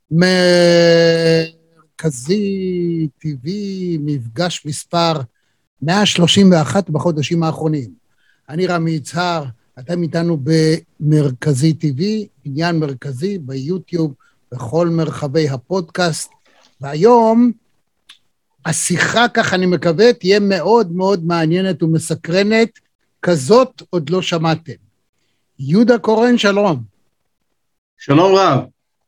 מרכזי טבעי, מפגש מספר 131 בחודשים האחרונים. אני רמי יצהר, אתם איתנו במרכזי טבעי, עניין מרכזי ביוטיוב, בכל מרחבי הפודקאסט, והיום השיחה, כך אני מקווה, תהיה מאוד מאוד מעניינת ומסקרנת, כזאת עוד לא שמעתם. יהודה קורן, שלום. שלום רב.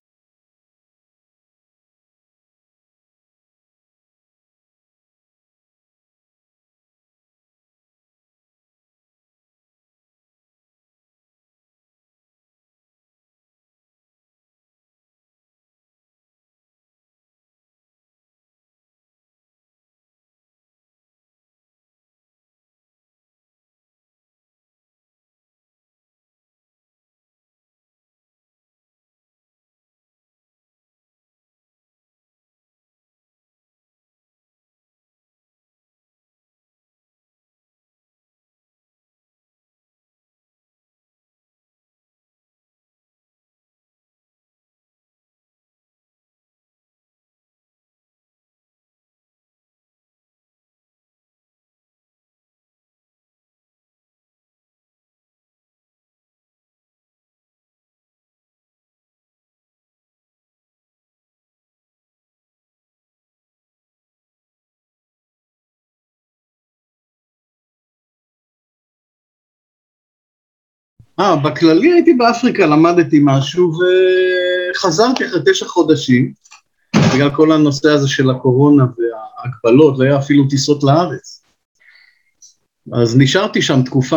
בכללי הייתי באפריקה, למדתי משהו וחזרתי אחרי 9 חודשים, בגלל כל הנושא הזה של הקורונה וההגבלות, לא היה אפילו טיסות לארץ. אז נשארתי שם תקופה.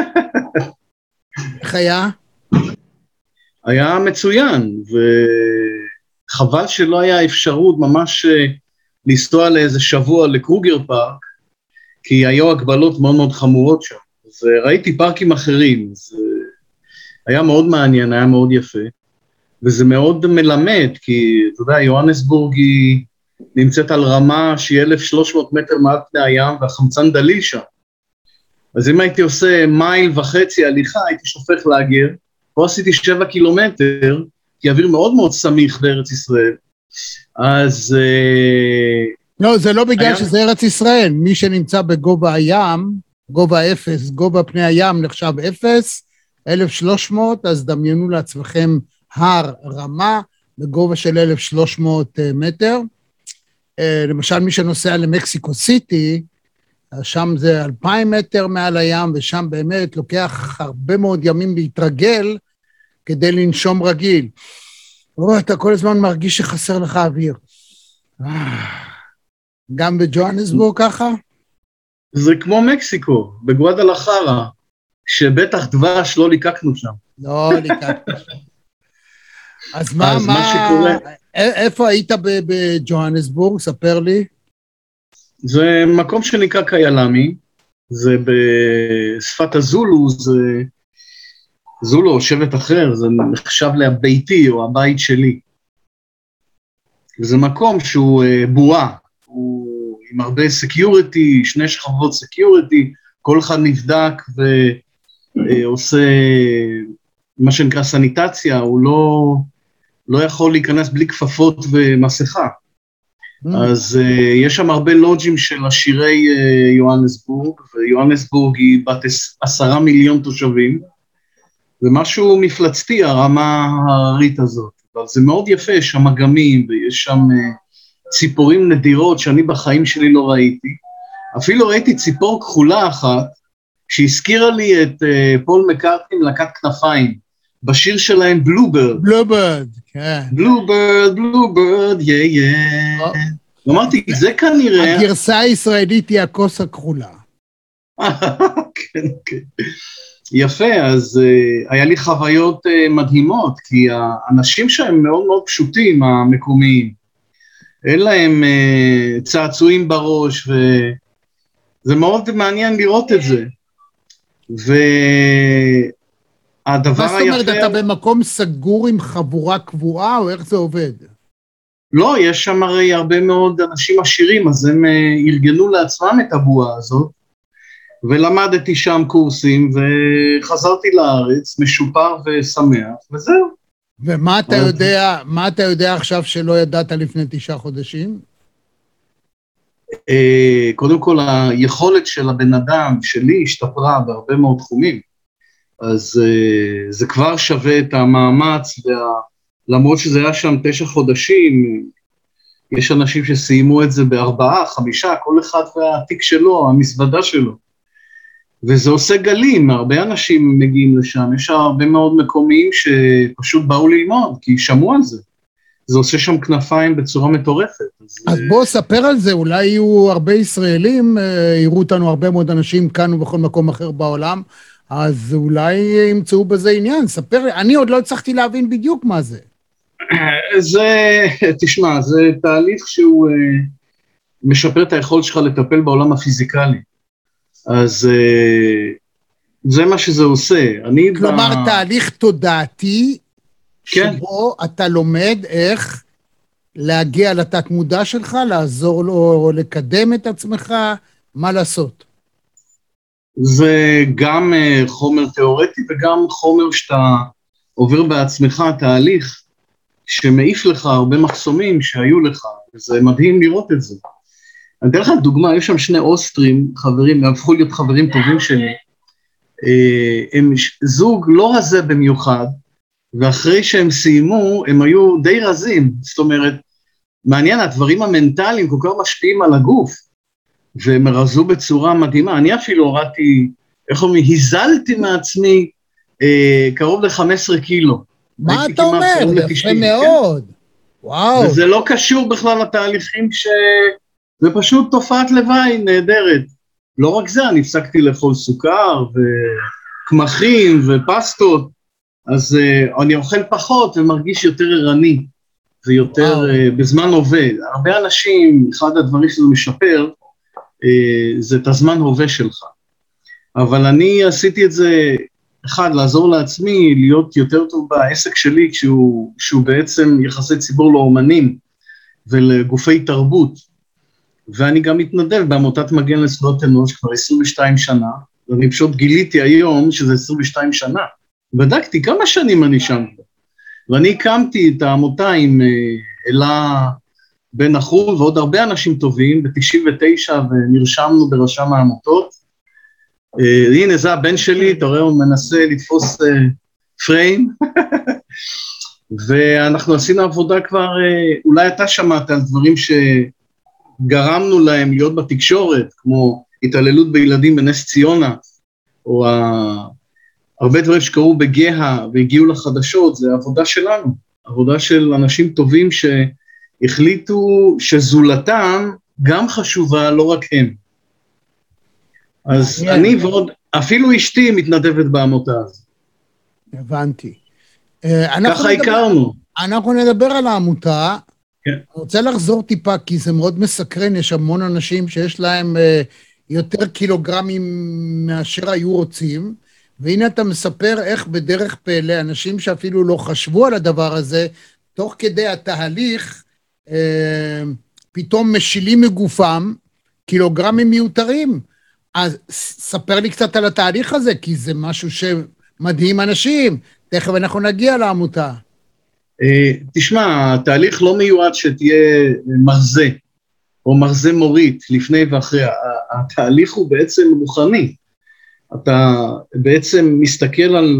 איך היה? היה מצוין, וחבל שלא היה אפשרות ממש לנסוע לאיזה שבוע לקרוגר פארק, כי היו הגבלות מאוד מאוד חמורות שם. אז ראיתי פארקים אחרים, אז היה מאוד מעניין, היה מאוד יפה, וזה מאוד מלמד, כי אתה יודע, יוהנסבורג היא נמצאת על רמה שהיא 1,300 מטר מעל פני הים, והחמצן דליל שם. אז אם הייתי עושה 1.5 מייל הליכה, הייתי שופך לאגר, פה עשיתי 7 קילומטר, כי אוויר מאוד מאוד סמיך בארץ ישראל. אז לא, זה לא בגלל שזה ארץ ישראל, מי שנמצא בגובה הים, גובה 0, גובה פני הים נחשב 0, 1,300, אז דמיינו לעצמכם הר רמה בגובה של 1,300 מטר. למשל, מי שנוסע למקסיקו סיטי, שם זה 2,000 מטר מעל הים, ושם באמת לוקח הרבה מאוד ימים להתרגל כדי לנשום רגיל. אתה כל הזמן מרגיש שחסר לך אוויר. גם בג'והנסבורג ככה? זה כמו מקסיקו, בגואדלחרה, שבטח דבש לא ליקקנו שם. לא ליקקנו שם. אז מה שקורה... איפה היית בג'והנסבורג? ספר לי. זה מקום שנקרא קיילמי, זה בשפת הזולו, זה זולו או שבט אחר, זה נחשב לביתי או הבית שלי. זה מקום שהוא בועה, הוא עם הרבה סקיוריטי, 2 שכבות סקיוריטי, כל אחד נבדק ועושה מה שנקרא סניטציה, הוא לא יכול להיכנס בלי כפפות ומסכה. אז יש שם הרבה לוג'ים של עשירי יוהנסבורג, ויוהנסבורג היא בת 10 מיליון תושבים, ומשהו מפלצתי, הרמה ההררית הזאת. אבל זה מאוד יפה, יש שם אגמים, ויש שם ציפורים נדירות שאני בחיים שלי לא ראיתי. אפילו ראיתי ציפור כחולה אחת, שהזכירה לי את פול מקארטני להקת כנפיים, בשיר שלהם בלוברד. בלוברד, כן. בלוברד, יא. אמרתי, זה כנראה... הגרסה הישראלית היא הכוס הכחולה. כן, כן. יפה, אז היה לי חוויות מדהימות, כי האנשים שהם מאוד מאוד פשוטים, המקומיים, אין להם צעצועים בראש, וזה מאוד מעניין לראות את זה. והדבר היפה... מה זאת אומרת, אתה במקום סגור עם חבורה קבועה, או איך זה עובד? לא, יש שם הרי הרבה מאוד אנשים עשירים, אז הם ארגנו לעצמם את הבועה הזאת, ולמדתי שם קורסים, וחזרתי לארץ, משופר ושמח, וזהו. ומה אתה יודע, מה אתה יודע עכשיו שלא ידעת לפני 9 חודשים? קודם כל, היכולת של הבן אדם שלי השתפרה בהרבה מאוד תחומים, אז זה כבר שווה את המאמץ, למרות שזה היה שם 9 חודשים, יש אנשים שסיימו את זה ב4, 5, כל אחד והתיק שלו, המזוודה שלו. וזה עושה גלים, הרבה אנשים מגיעים לשם, יש הרבה מאוד מקומיים שפשוט באו ללמוד, כי שמעו על זה. זה עושה שם כנפיים בצורה מטורפת. אז בוא ספר על זה, אולי יהיו הרבה ישראלים, יראו אותנו הרבה מאוד אנשים כאן ובכל מקום אחר בעולם, אז אולי ימצאו בזה עניין, ספר לי, אני עוד לא הצלחתי להבין בדיוק מה זה. תשמע, זה תהליך שהוא משפר את היכולת שלך לטפל בעולם הפיזיקלי. אז זה מה שזה עושה. כלומר, תהליך תודעתי, כן. שבו אתה לומד איך להגיע לתת מודע שלך, לעזור לו לקדם את עצמך, מה לעשות? זה גם חומר תיאורטי וגם חומר שאתה עובר בעצמך תהליך שמעיף לך הרבה מחסומים שהיו לך, וזה מדהים לראות את זה. אני אתן לך דוגמה, יש שם 2 אוסטרים, חברים, הפכו להיות חברים טובים שלי, הם זוג לא רזה במיוחד, ואחרי שהם סיימו, הם היו די רזים, זאת אומרת, מעניין, הדברים המנטליים כל כך משפיעים על הגוף, והם רזו בצורה מדהימה, אני אפילו הורדתי, איך אומרים, הזלתי מעצמי קרוב ל-15 קילו. מה אתה אומר? יפה מאוד. כן? וואו. וזה לא קשור בכלל לתהליכים זה פשוט תופעת לוואי נהדרת. לא רק זה, אני הפסקתי לאכול סוכר וקמחים ופסטות, אז אני אוכל פחות ומרגיש יותר ערני, ויותר בזמן הווה. הרבה אנשים, אחד הדברים שזה משפר, זה את הזמן הווה שלך. אבל אני עשיתי את זה, אחד, לעזור לעצמי, להיות יותר טוב בעסק שלי, שהוא בעצם יחסי ציבור לאומנים ולגופי תרבות. ואני גם מתנדב בעמותת מגן לזכויות אנוש כבר 22 שנה, ואני פשוט גיליתי היום שזה 22 שנה. בדקתי כמה שנים אני שם. ואני הקמתי את העמותה עם אלה בן אחול ועוד הרבה אנשים טובים, ב-99 ונרשמנו ברשם העמותות. הנה, זה הבן שלי, אתה רואה, הוא מנסה לתפוס פריים, ואנחנו עשינו עבודה כבר, אולי אתה שמעת על דברים שגרמנו להם להיות בתקשורת, כמו התעללות בילדים בנס ציונה, או הרבה דברים שקרו בגאה והגיעו לחדשות, זה עבודה שלנו, עבודה של אנשים טובים שהחליטו שזולתם גם חשובה, לא רק הם. אז אני ועוד, אפילו אשתי מתנדבת בעמותה הזאת. הבנתי. ככה הכרנו. אנחנו נדבר על העמותה. כן. אני רוצה לחזור טיפה, כי זה מאוד מסקרן, יש המון אנשים שיש להם יותר קילוגרמים מאשר היו רוצים, והנה אתה מספר איך בדרך פלא, אנשים שאפילו לא חשבו על הדבר הזה, תוך כדי התהליך, פתאום משילים מגופם קילוגרמים מיותרים. אז ספר לי קצת על התהליך הזה, כי זה משהו שמדהים אנשים. תכף אנחנו נגיע לעמותה. תשמע, התהליך לא מיועד שתהיה מרזה, או מרזה מורית, לפני ואחרי. התהליך הוא בעצם רוחני. אתה בעצם מסתכל על,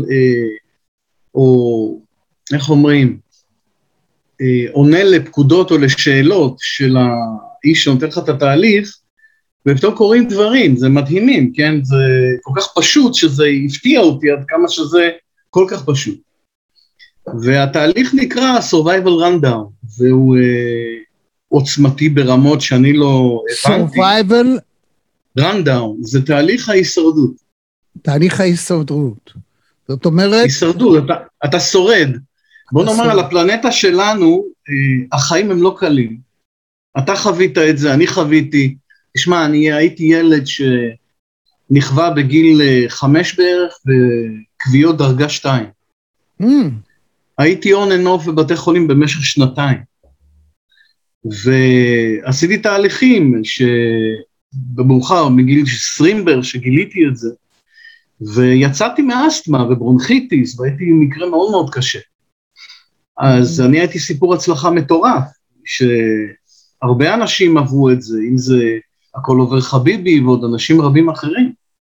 או איך אומרים, עונה לפקודות או לשאלות של האיש שנותן לך את התהליך, ופתאום קוראים דברים, זה מדהימים, כן? זה כל כך פשוט שזה הפתיע אותי עד כמה שזה כל כך פשוט. והתהליך נקרא survival rundown, והוא עוצמתי ברמות שאני לא הבנתי. survival? rundown, זה תהליך ההישרדות. תהליך ההישרדות. זאת אומרת... הישרדות, אתה שורד. בוא נאמר, על הפלנטה שלנו, החיים הם לא קלים. אתה חווית את זה, אני חוויתי. תשמע, אני הייתי ילד שנכווה בגיל 5 בערך, וקביעות דרגה 2. הייתי on and off בבתי חולים במשך 2 ועשיתי תהליכים שבמאוחר, מגיל 20 בערך, שגיליתי את זה, ויצאתי מאסתמה וברונכיטיס, והייתי מקרה מאוד מאוד קשה. אז אני הייתי סיפור הצלחה מטורף, שהרבה אנשים עברו את זה, אם זה הכל עובר חביבי ועוד אנשים רבים אחרים.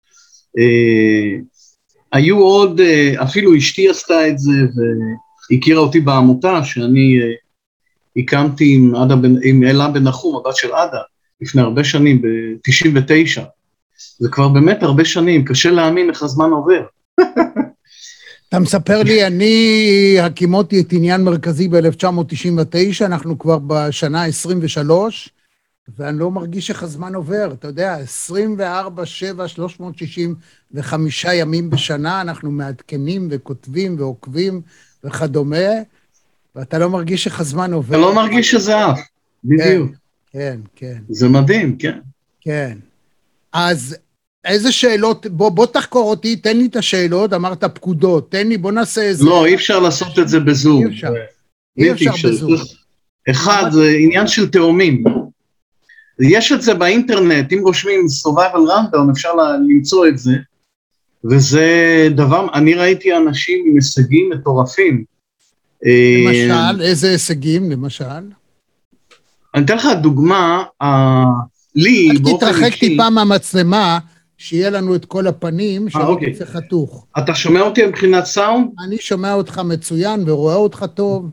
היו עוד, אפילו אשתי עשתה את זה, והכירה אותי בעמותה שאני הקמתי עם אלה בן נחום, הבת של עדה, לפני הרבה שנים, ב-99. זה כבר באמת הרבה שנים, קשה להאמין איך הזמן עובר. אתה מספר לי, אני הקימותי את עניין מרכזי ב-1999, אנחנו כבר בשנה 23, ואני לא מרגיש איך הזמן עובר, אתה יודע, 24, 7, 365 ימים בשנה, אנחנו מעדכנים וכותבים ועוקבים וכדומה, ואתה לא מרגיש איך הזמן עובר. אתה לא מרגיש שזה אף, בדיוק. כן, כן. זה מדהים, כן. כן. אז איזה שאלות, בוא תחקור אותי, תן לי את השאלות, אמרת פקודות, תן לי, בוא נעשה איזה... לא, אי אפשר לעשות את זה בזום. אי אפשר בזום. אחד, זה עניין של תאומים. יש את זה באינטרנט, אם רושמים survival random, אפשר למצוא את זה, וזה דבר, אני ראיתי אנשים עם הישגים מטורפים. למשל, איזה הישגים, למשל? אני אתן לך דוגמה, לי באופן אישי... תתרחק טיפה מהמצלמה, שיהיה לנו את כל הפנים, שלא תצא חתוך. אתה שומע אותי מבחינת סאונד? אני שומע אותך מצוין ורואה אותך טוב.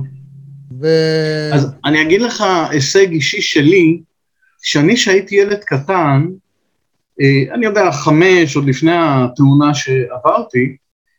אז אני אגיד לך הישג אישי שלי, שהייתי ילד קטן, אני יודע, 5, עוד לפני התאונה שעברתי,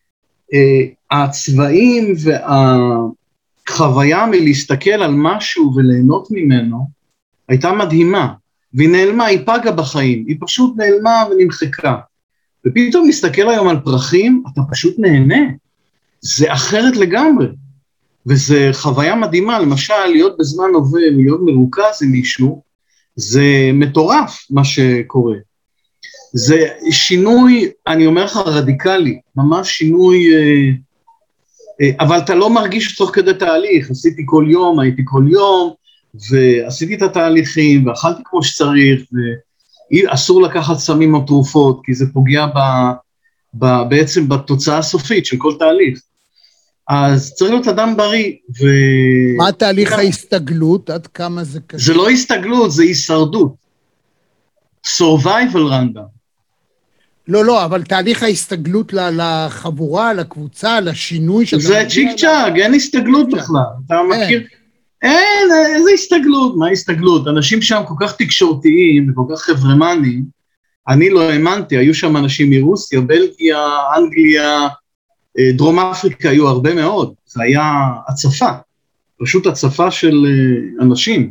הצבעים והחוויה מלהסתכל על משהו וליהנות ממנו, הייתה מדהימה, והיא נעלמה, היא פגה בחיים, היא פשוט נעלמה ונמחקה, ופתאום להסתכל היום על פרחים, אתה פשוט נהנה, זה אחרת לגמרי, וזה חוויה מדהימה, למשל, להיות בזמן עובר, להיות מרוכז עם מישהו, זה מטורף מה שקורה. זה שינוי, אני אומר לך, רדיקלי, ממש שינוי, אבל אתה לא מרגיש תוך כדי תהליך, עשיתי כל יום, הייתי כל יום, ועשיתי את התהליכים, ואכלתי כמו שצריך, ואסור לקחת סמים או תרופות, כי זה פוגע בעצם בתוצאה הסופית של כל תהליך. אז צריך להיות אדם בריא, מה תהליך ההסתגלות? עד כמה זה קשה? זה לא הסתגלות, זה הישרדות. survival random. לא, אבל תהליך ההסתגלות לחבורה, לקבוצה, לשינוי של... זה צ'יק צ'אג, אין הסתגלות בכלל. אתה מכיר? אין, איזה הסתגלות? מה הסתגלות? אנשים שם כל כך תקשורתיים וכל כך חברמנים, אני לא האמנתי, היו שם אנשים מרוסיה, בלגיה, אנגליה, דרום אפריקה, היו הרבה מאוד, זה היה הצפה, פשוט הצפה של אנשים,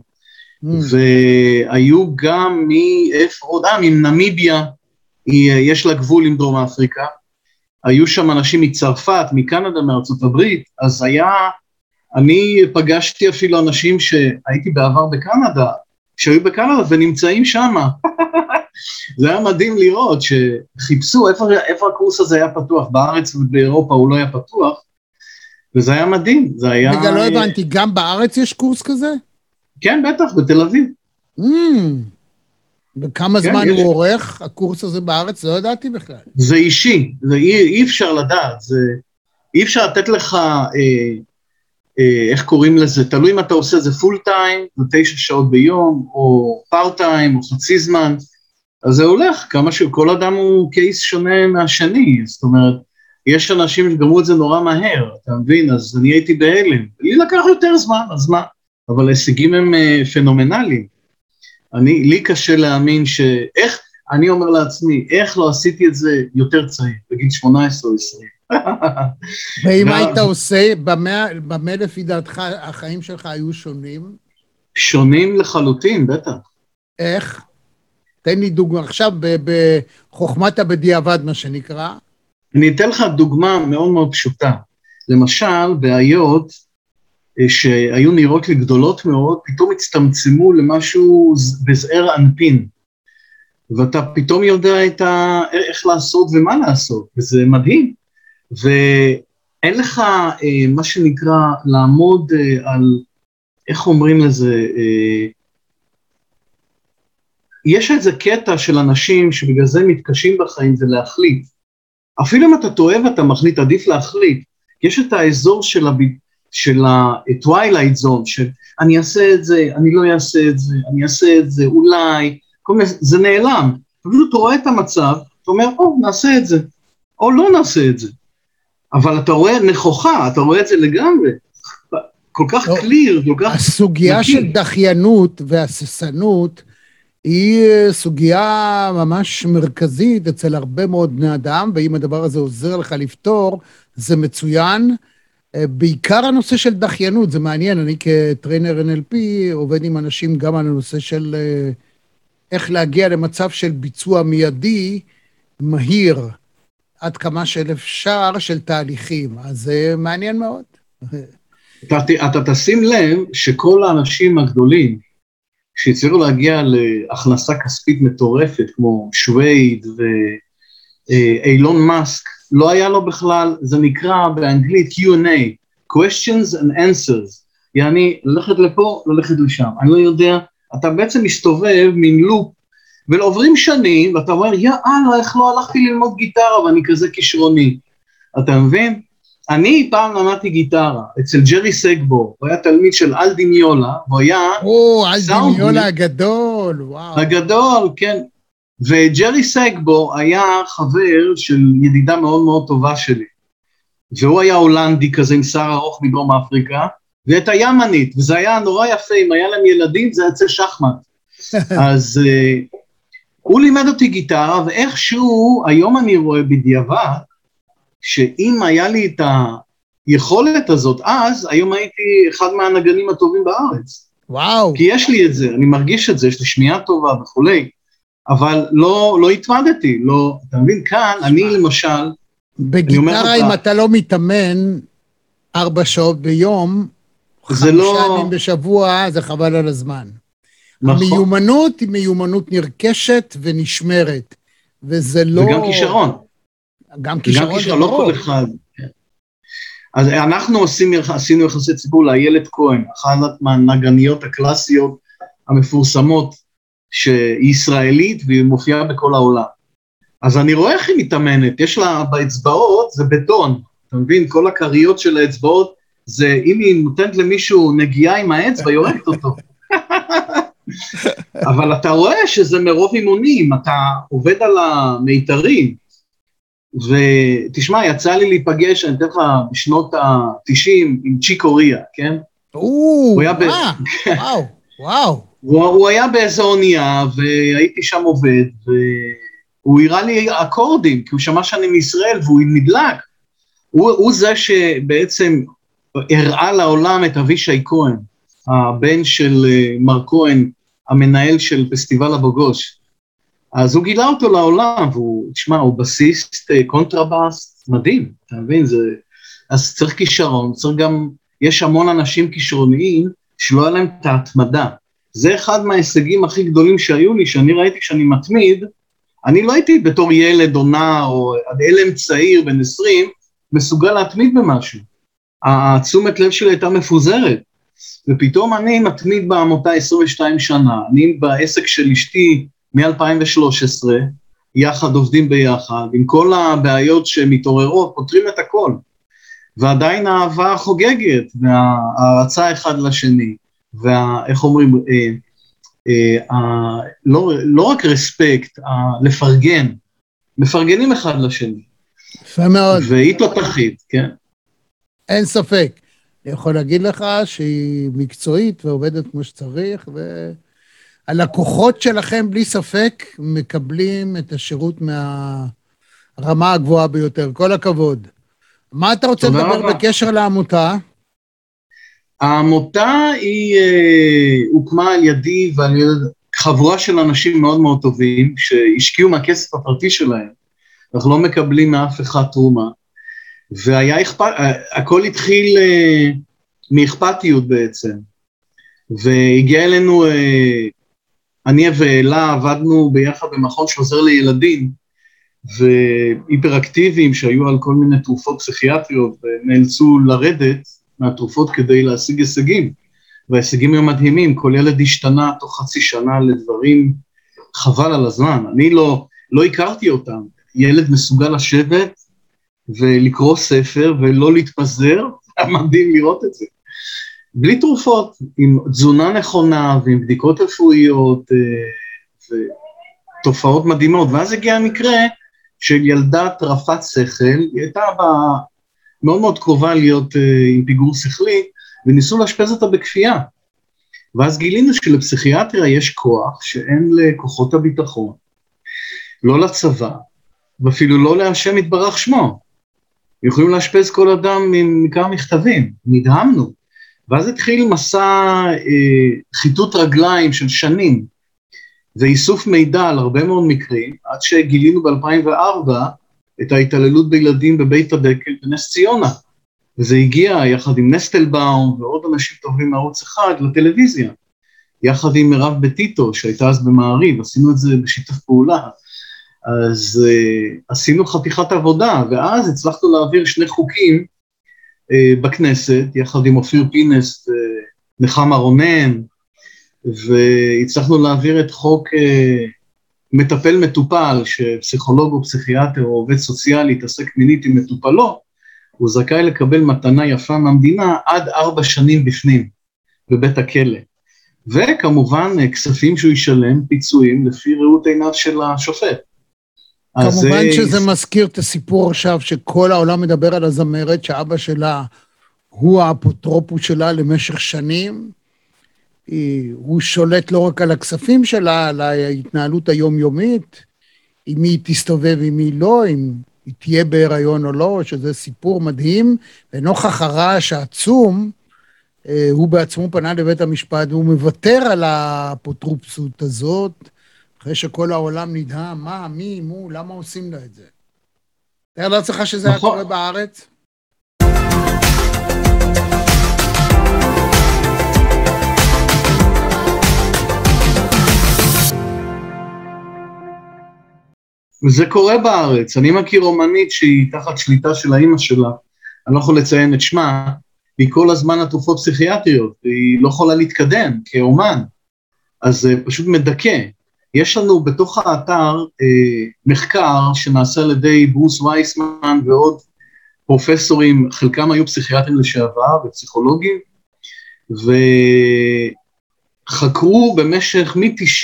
והיו גם מנמיביה, יש לה גבול עם דרום אפריקה, היו שם אנשים מצרפת, מקנדה, מארצות הברית, אז אני פגשתי אפילו אנשים שהייתי בעבר בקנדה, שהיו בקנדה ונמצאים שם, זה היה מדהים לראות שחיפשו איפה הקורס הזה היה פתוח, בארץ ובאירופה הוא לא היה פתוח, וזה היה מדהים, זה היה... רגע, לא הבנתי, גם בארץ יש קורס כזה? כן, בטח, בתל אביב. וכמה זמן הוא עורך, הקורס הזה בארץ? לא ידעתי בכלל. זה אישי, אי אפשר לדעת, אי אפשר לתת לך, איך קוראים לזה, תלוי אם אתה עושה זה פול טיים, זה 9 שעות ביום, או פארט טיים, או חצי זמן, אז זה הולך, כמה שכל אדם הוא קייס שונה מהשני, זאת אומרת, יש אנשים שגמרו את זה נורא מהר, אתה מבין, אז אני הייתי בהלם, לי לקח יותר זמן, אז מה? אבל ההישגים הם פנומנליים, לי קשה להאמין אני אומר לעצמי, איך לא עשיתי את זה יותר צעיר, בגיל 18 או 20. ואם היית עושה, במה לפי דעתך החיים שלך היו שונים? שונים לחלוטין, בטח. איך? תן לי דוגמה, עכשיו בחוכמת הבדיעבד, מה שנקרא. אני אתן לך דוגמה מאוד מאוד פשוטה. למשל, בעיות שהיו נראות לי גדולות מאוד, פתאום הצטמצמו למשהו בזעיר אנפין. ואתה פתאום יודע איך לעשות ומה לעשות, וזה מדהים. ואין לך מה שנקרא לעמוד על, איך אומרים לזה, יש איזה קטע של אנשים שבגלל זה מתקשים בחיים, זה להחליט. אפילו אם אתה טועה ואתה מחליט, עדיף להחליט. יש את האזור של ה-Twilight Zone, של אני אעשה את זה, אני לא אעשה את זה, אני אעשה את זה, אולי, זה נעלם. אתה רואה את המצב, אתה אומר, נעשה את זה, או לא נעשה את זה. אבל אתה רואה נכוחה, אתה רואה את זה לגמרי, כל כך קליר, כל כך... הסוגיה של דחיינות והססנות, היא סוגיה ממש מרכזית אצל הרבה מאוד בני אדם, ואם הדבר הזה עוזר לך לפתור, זה מצוין. בעיקר הנושא של דחיינות, זה מעניין, אני כטריינר NLP עובד עם אנשים גם על הנושא של איך להגיע למצב של ביצוע מיידי, מהיר, עד כמה שאפשר של תהליכים, אז זה מעניין מאוד. אתה תשים לב שכל האנשים הגדולים, שהצליחו להגיע להכנסה כספית מטורפת, כמו שווייד ואילון מאסק, לא היה לו בכלל, זה נקרא באנגלית Q&A, questions and answers, יעני, ללכת לפה, ללכת לשם, אני לא יודע, אתה בעצם מסתובב מן לופ, ולעוברים שנים, ואתה אומר, יאללה, איך לא הלכתי ללמוד גיטרה, ואני כזה כישרוני, אתה מבין? אני פעם למדתי גיטרה, אצל ג'רי סגבור, הוא היה תלמיד של אלדי מיולה, הוא היה... אלדי מיולה הגדול, וואו. הגדול, כן. וג'רי סגבור היה חבר של ידידה מאוד מאוד טובה שלי, והוא היה הולנדי כזה עם שיער ארוך מדרום אפריקה, ואת הימנית, וזה היה נורא יפה, אם היה להם ילדים, זה יצא שחמט. אז הוא לימד אותי גיטרה, ואיכשהו, היום אני רואה בדיעבד, שאם היה לי את היכולת הזאת, אז היום הייתי אחד מהנגנים הטובים בארץ. וואו. כי יש לי את זה, אני מרגיש את זה, יש לי שמיעה טובה וכולי, אבל לא התמדתי, לא, אתה מבין, כאן, אני למשל, בגיטרה אם אתה לא מתאמן 4 שעות ביום, 5 ימים בשבוע, זה חבל על הזמן. נכון. המיומנות היא מיומנות נרכשת ונשמרת, וזה לא... וגם כישרון. גם כישרון, לא כל אחד. אז אנחנו עשינו יחסי ציבור לאיילת כהן, אחת מהנגניות הקלאסיות המפורסמות, שהיא ישראלית והיא מופיעה בכל העולם. אז אני רואה איך היא מתאמנת, יש לה באצבעות, זה בטון, אתה מבין? כל הקריות של האצבעות, זה אם היא נותנת למישהו נגיעה עם האצבע, היא הורגת אותו. אבל אתה רואה שזה מרוב אימונים, אתה עובד על המיתרים, ותשמע, יצא לי להיפגש, אני אתן לך בשנות ה-90 עם צ'יקוריה, כן? וואו. הוא היה באיזו אונייה, והייתי שם עובד, והוא הראה לי אקורדים, כי הוא שמע שאני מישראל, והוא נדלק. הוא זה שבעצם הראה לעולם את אבישי כהן, הבן של מר כהן, המנהל של פסטיבל הבוגוש. אז הוא גילה אותו לעולם, והוא, תשמע, הוא בסיסט, קונטרבאסט, מדהים, אתה מבין? אז צריך כישרון, צריך גם, יש המון אנשים כישרוניים, שלא היה להם את ההתמדה. זה אחד מההישגים הכי גדולים שהיו לי, שאני ראיתי שאני מתמיד, אני לא הייתי בתור ילד או נער, או אלם צעיר בן 20, מסוגל להתמיד במשהו. התשומת לב שלי הייתה מפוזרת, ופתאום אני מתמיד בעמותה 22 שנה, אני בעסק של אשתי מ-2013, יחד עובדים ביחד, עם כל הבעיות שמתעוררות, פותרים את הכל, ועדיין האהבה חוגגת, וההרצה אחד לשני, ואיך אומרים, לא רק רספקט, לפרגן, מפרגנים אחד לשני. יפה מאוד. והיא תותחית, כן. אין ספק. אני יכול להגיד לך שהיא מקצועית ועובדת כמו שצריך, והלקוחות שלכם בלי ספק מקבלים את השירות מהרמה הגבוהה ביותר. כל הכבוד. מה אתה רוצה לדבר בקשר לעמותה? העמותה היא הוקמה על ידי ועל ידי חבורה של אנשים מאוד מאוד טובים, שהשקיעו מהכסף הפרטי שלהם, אנחנו לא מקבלים מאף אחד תרומה, הכל התחיל מאכפתיות בעצם, והגיע אלינו, אני ואלה עבדנו ביחד במכון שעוזר לילדים, והיפראקטיביים שהיו על כל מיני תרופות פסיכיאטריות, ונאלצו לרדת מהתרופות כדי להשיג הישגים, וההישגים הם מדהימים, כל ילד השתנה תוך חצי שנה לדברים חבל על הזמן, אני לא הכרתי אותם, ילד מסוגל לשבת ולקרוא ספר ולא להתפזר, מדהים לראות את זה. בלי תרופות, עם תזונה נכונה ועם בדיקות רפואיות ותופעות מדהימות, ואז הגיע המקרה של ילדה טרפת שכל, היא הייתה מאוד מאוד קרובה להיות עם פיגור שכלי, וניסו להשפז אותה בכפייה. ואז גילינו שלפסיכיאטריה יש כוח שאין לכוחות הביטחון, לא לצבא, ואפילו לא להשם יתברך שמו. יכולים להשפז כל אדם עם כמה מכתבים, נדהמנו. ואז התחיל מסע חיתות רגליים של שנים, ואיסוף מידע על הרבה מאוד מקרים, עד שגילינו ב-2004 את ההתעללות בילדים בבית הדקל בנס ציונה. וזה הגיע יחד עם נסטלבאום ועוד אנשים טובים מערוץ אחד לטלוויזיה, יחד עם מירב בטיטו שהייתה אז במעריב, עשינו את זה בשיתוף פעולה, אז עשינו חתיכת עבודה, ואז הצלחנו להעביר 2 חוקים בכנסת, יחד עם אופיר פינס ונחמה רונן, והצלחנו להעביר את חוק מטפל מטופל, שפסיכולוג או פסיכיאטר או עובד סוציאלי יתעסק מינית עם מטופלו, הוא זכאי לקבל מתנה יפה מהמדינה עד 4 שנים בפנים, בבית הכלא. וכמובן, כספים שהוא ישלם, פיצויים, לפי ראות עיניו של השופט. כמובן שזה מזכיר את הסיפור עכשיו, שכל העולם מדבר על הזמרת, שאבא שלה הוא האפוטרופוס שלה למשך שנים, הוא שולט לא רק על הכספים שלה, על ההתנהלות היומיומית, אם היא תסתובב, אם היא לא, אם היא תהיה בהיריון או לא, שזה סיפור מדהים, ונוכח הרעש העצום, הוא בעצמו פנה לבית המשפט, והוא מוותר על האפוטרופסות הזאת, אחרי שכל העולם נדהם, מה, מי, מו, למה עושים לה את זה? תאר לעצמך שזה היה קורה בארץ? וזה קורה בארץ, אני מכיר אומנית שהיא תחת שליטה של האמא שלה, אני לא יכול לציין את שמה, והיא כל הזמן התרופות פסיכיאטריות, והיא לא יכולה להתקדם כאומן, אז זה פשוט מדכא. יש לנו בתוך האתר מחקר שנעשה על ידי ברוס וייסמן ועוד פרופסורים, חלקם היו פסיכיאטרים לשעבר ופסיכולוגים, וחקרו במשך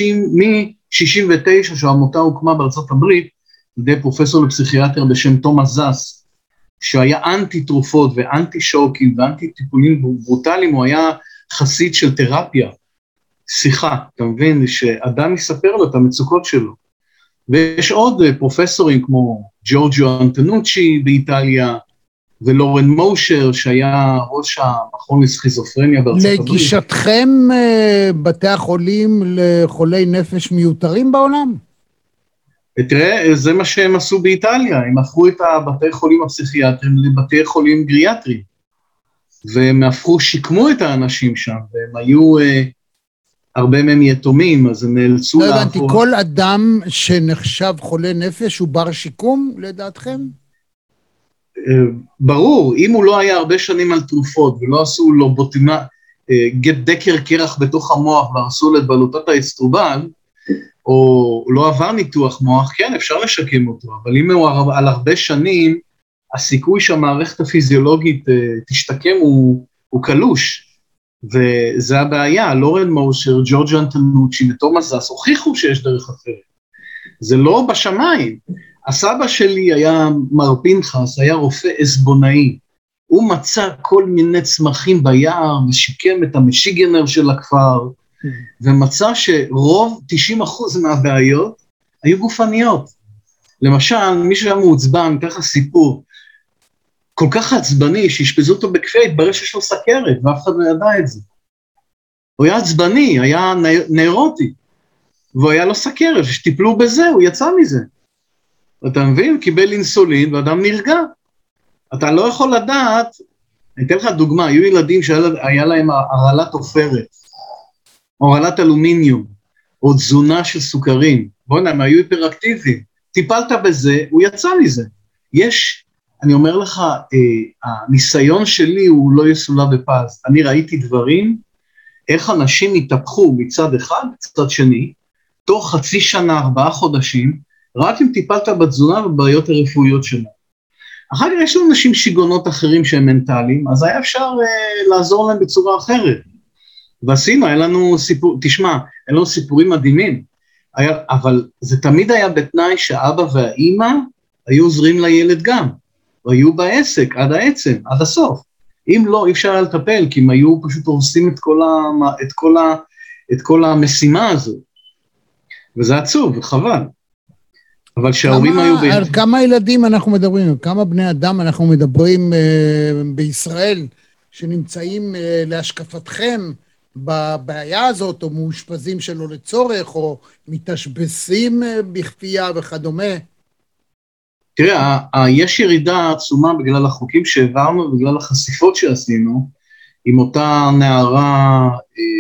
מ-69 שהעמותה הוקמה בארצות הברית, על ידי פרופסור לפסיכיאטר בשם תומאס זס, שהיה אנטי תרופות ואנטי שוקים ואנטי טיפולים ברוטליים, הוא היה חסיד של תרפיה, שיחה, אתה מבין, שאדם יספר לו את המצוקות שלו. ויש עוד פרופסורים כמו ג'ורג'ו אנטונוצ'י באיטליה, ולורן מושר, שהיה ראש המכון לסכיזופרניה בארצות הברית. לגישתכם, בתי החולים לחולי נפש מיותרים בעולם? תראה, זה מה שהם עשו באיטליה, הם הפכו את הבתי חולים הפסיכיאטרים לבתי חולים גריאטריים, והם שיקמו את האנשים שם, והם היו הרבה מהם יתומים, אז הם נאלצו לא הבנתי, כל אדם שנחשב חולה נפש הוא בר שיקום לדעתכם? ברור, אם הוא לא היה הרבה שנים על תרופות, ולא עשו לו בוטימה, דקר קרח בתוך המוח, והרסו את בלוטת האסטרובל, או לא עבר ניתוח מוח, כן, אפשר לשקם אותו, אבל אם הוא על הרבה שנים, הסיכוי שהמערכת הפיזיולוגית תשתקם הוא קלוש, וזה הבעיה. לורן מושר, ג'ורג'ו אנטונוצ'י ותומאס זס הוכיחו שיש דרך אחרת. זה לא בשמיים. הסבא שלי היה מר פנחס, היה רופא אסבונאי. הוא מצא כל מיני צמחים ביער, ושיקם את המשיגנר של הכפר, ומצא שרוב 90% מהבעיות היו גופניות. למשל, מי שהיה מעוצבן, ככה סיפור, כל כך עצבני, שהשפזו אותו בכפייה, התברר שיש לו סכרת, ואף אחד לא ידע את זה. הוא היה עצבני, היה נאירוטי, והוא היה לו סכרת, שטיפלו בזה, הוא יצא מזה. אתה מבין? קיבל אינסולין, ואדם נרגע. אתה לא יכול לדעת, אני אתן לך דוגמה, היו ילדים שהיה להם הרעלת עופרת, או הרעלת אלומיניום, או תזונה של סוכרים, בוא'נה, הם היו היפראקטיביים, טיפלת בזה, הוא יצא מזה. אני אומר לך, הניסיון שלי הוא לא יסולא בפז. אני ראיתי דברים, איך אנשים התהפכו מצד אחד, מצד שני, תוך חצי שנה, 4 חודשים, רק אם טיפלת בתזונה ובבעיות הרפואיות שלנו. אחר כך יש לנו אנשים שיגונות אחרים שהם מנטליים, אז היה אפשר לעזור להם בצורה אחרת. ועשינו, היה לנו סיפור, תשמע, היה לנו סיפורים מדהימים, אבל זה תמיד היה בתנאי שהאבא והאימא היו עוזרים לילד גם, והיו בעסק עד העצם, עד הסוף. אם לא, אי אפשר היה לטפל, כי הם היו פשוט הורסים את כל המשימה הזו. וזה עצוב, וחבל. אבל שההורים היו... על כמה ילדים אנחנו מדברים, כמה בני אדם אנחנו מדברים בישראל, שנמצאים להשקפתכם בבעיה הזאת, או מאושפזים שלא לצורך, או מתשבסים בכפייה וכדומה? תראה, יש ירידה עצומה בגלל החוקים שהעברנו, בגלל החשיפות שעשינו, עם אותה נערה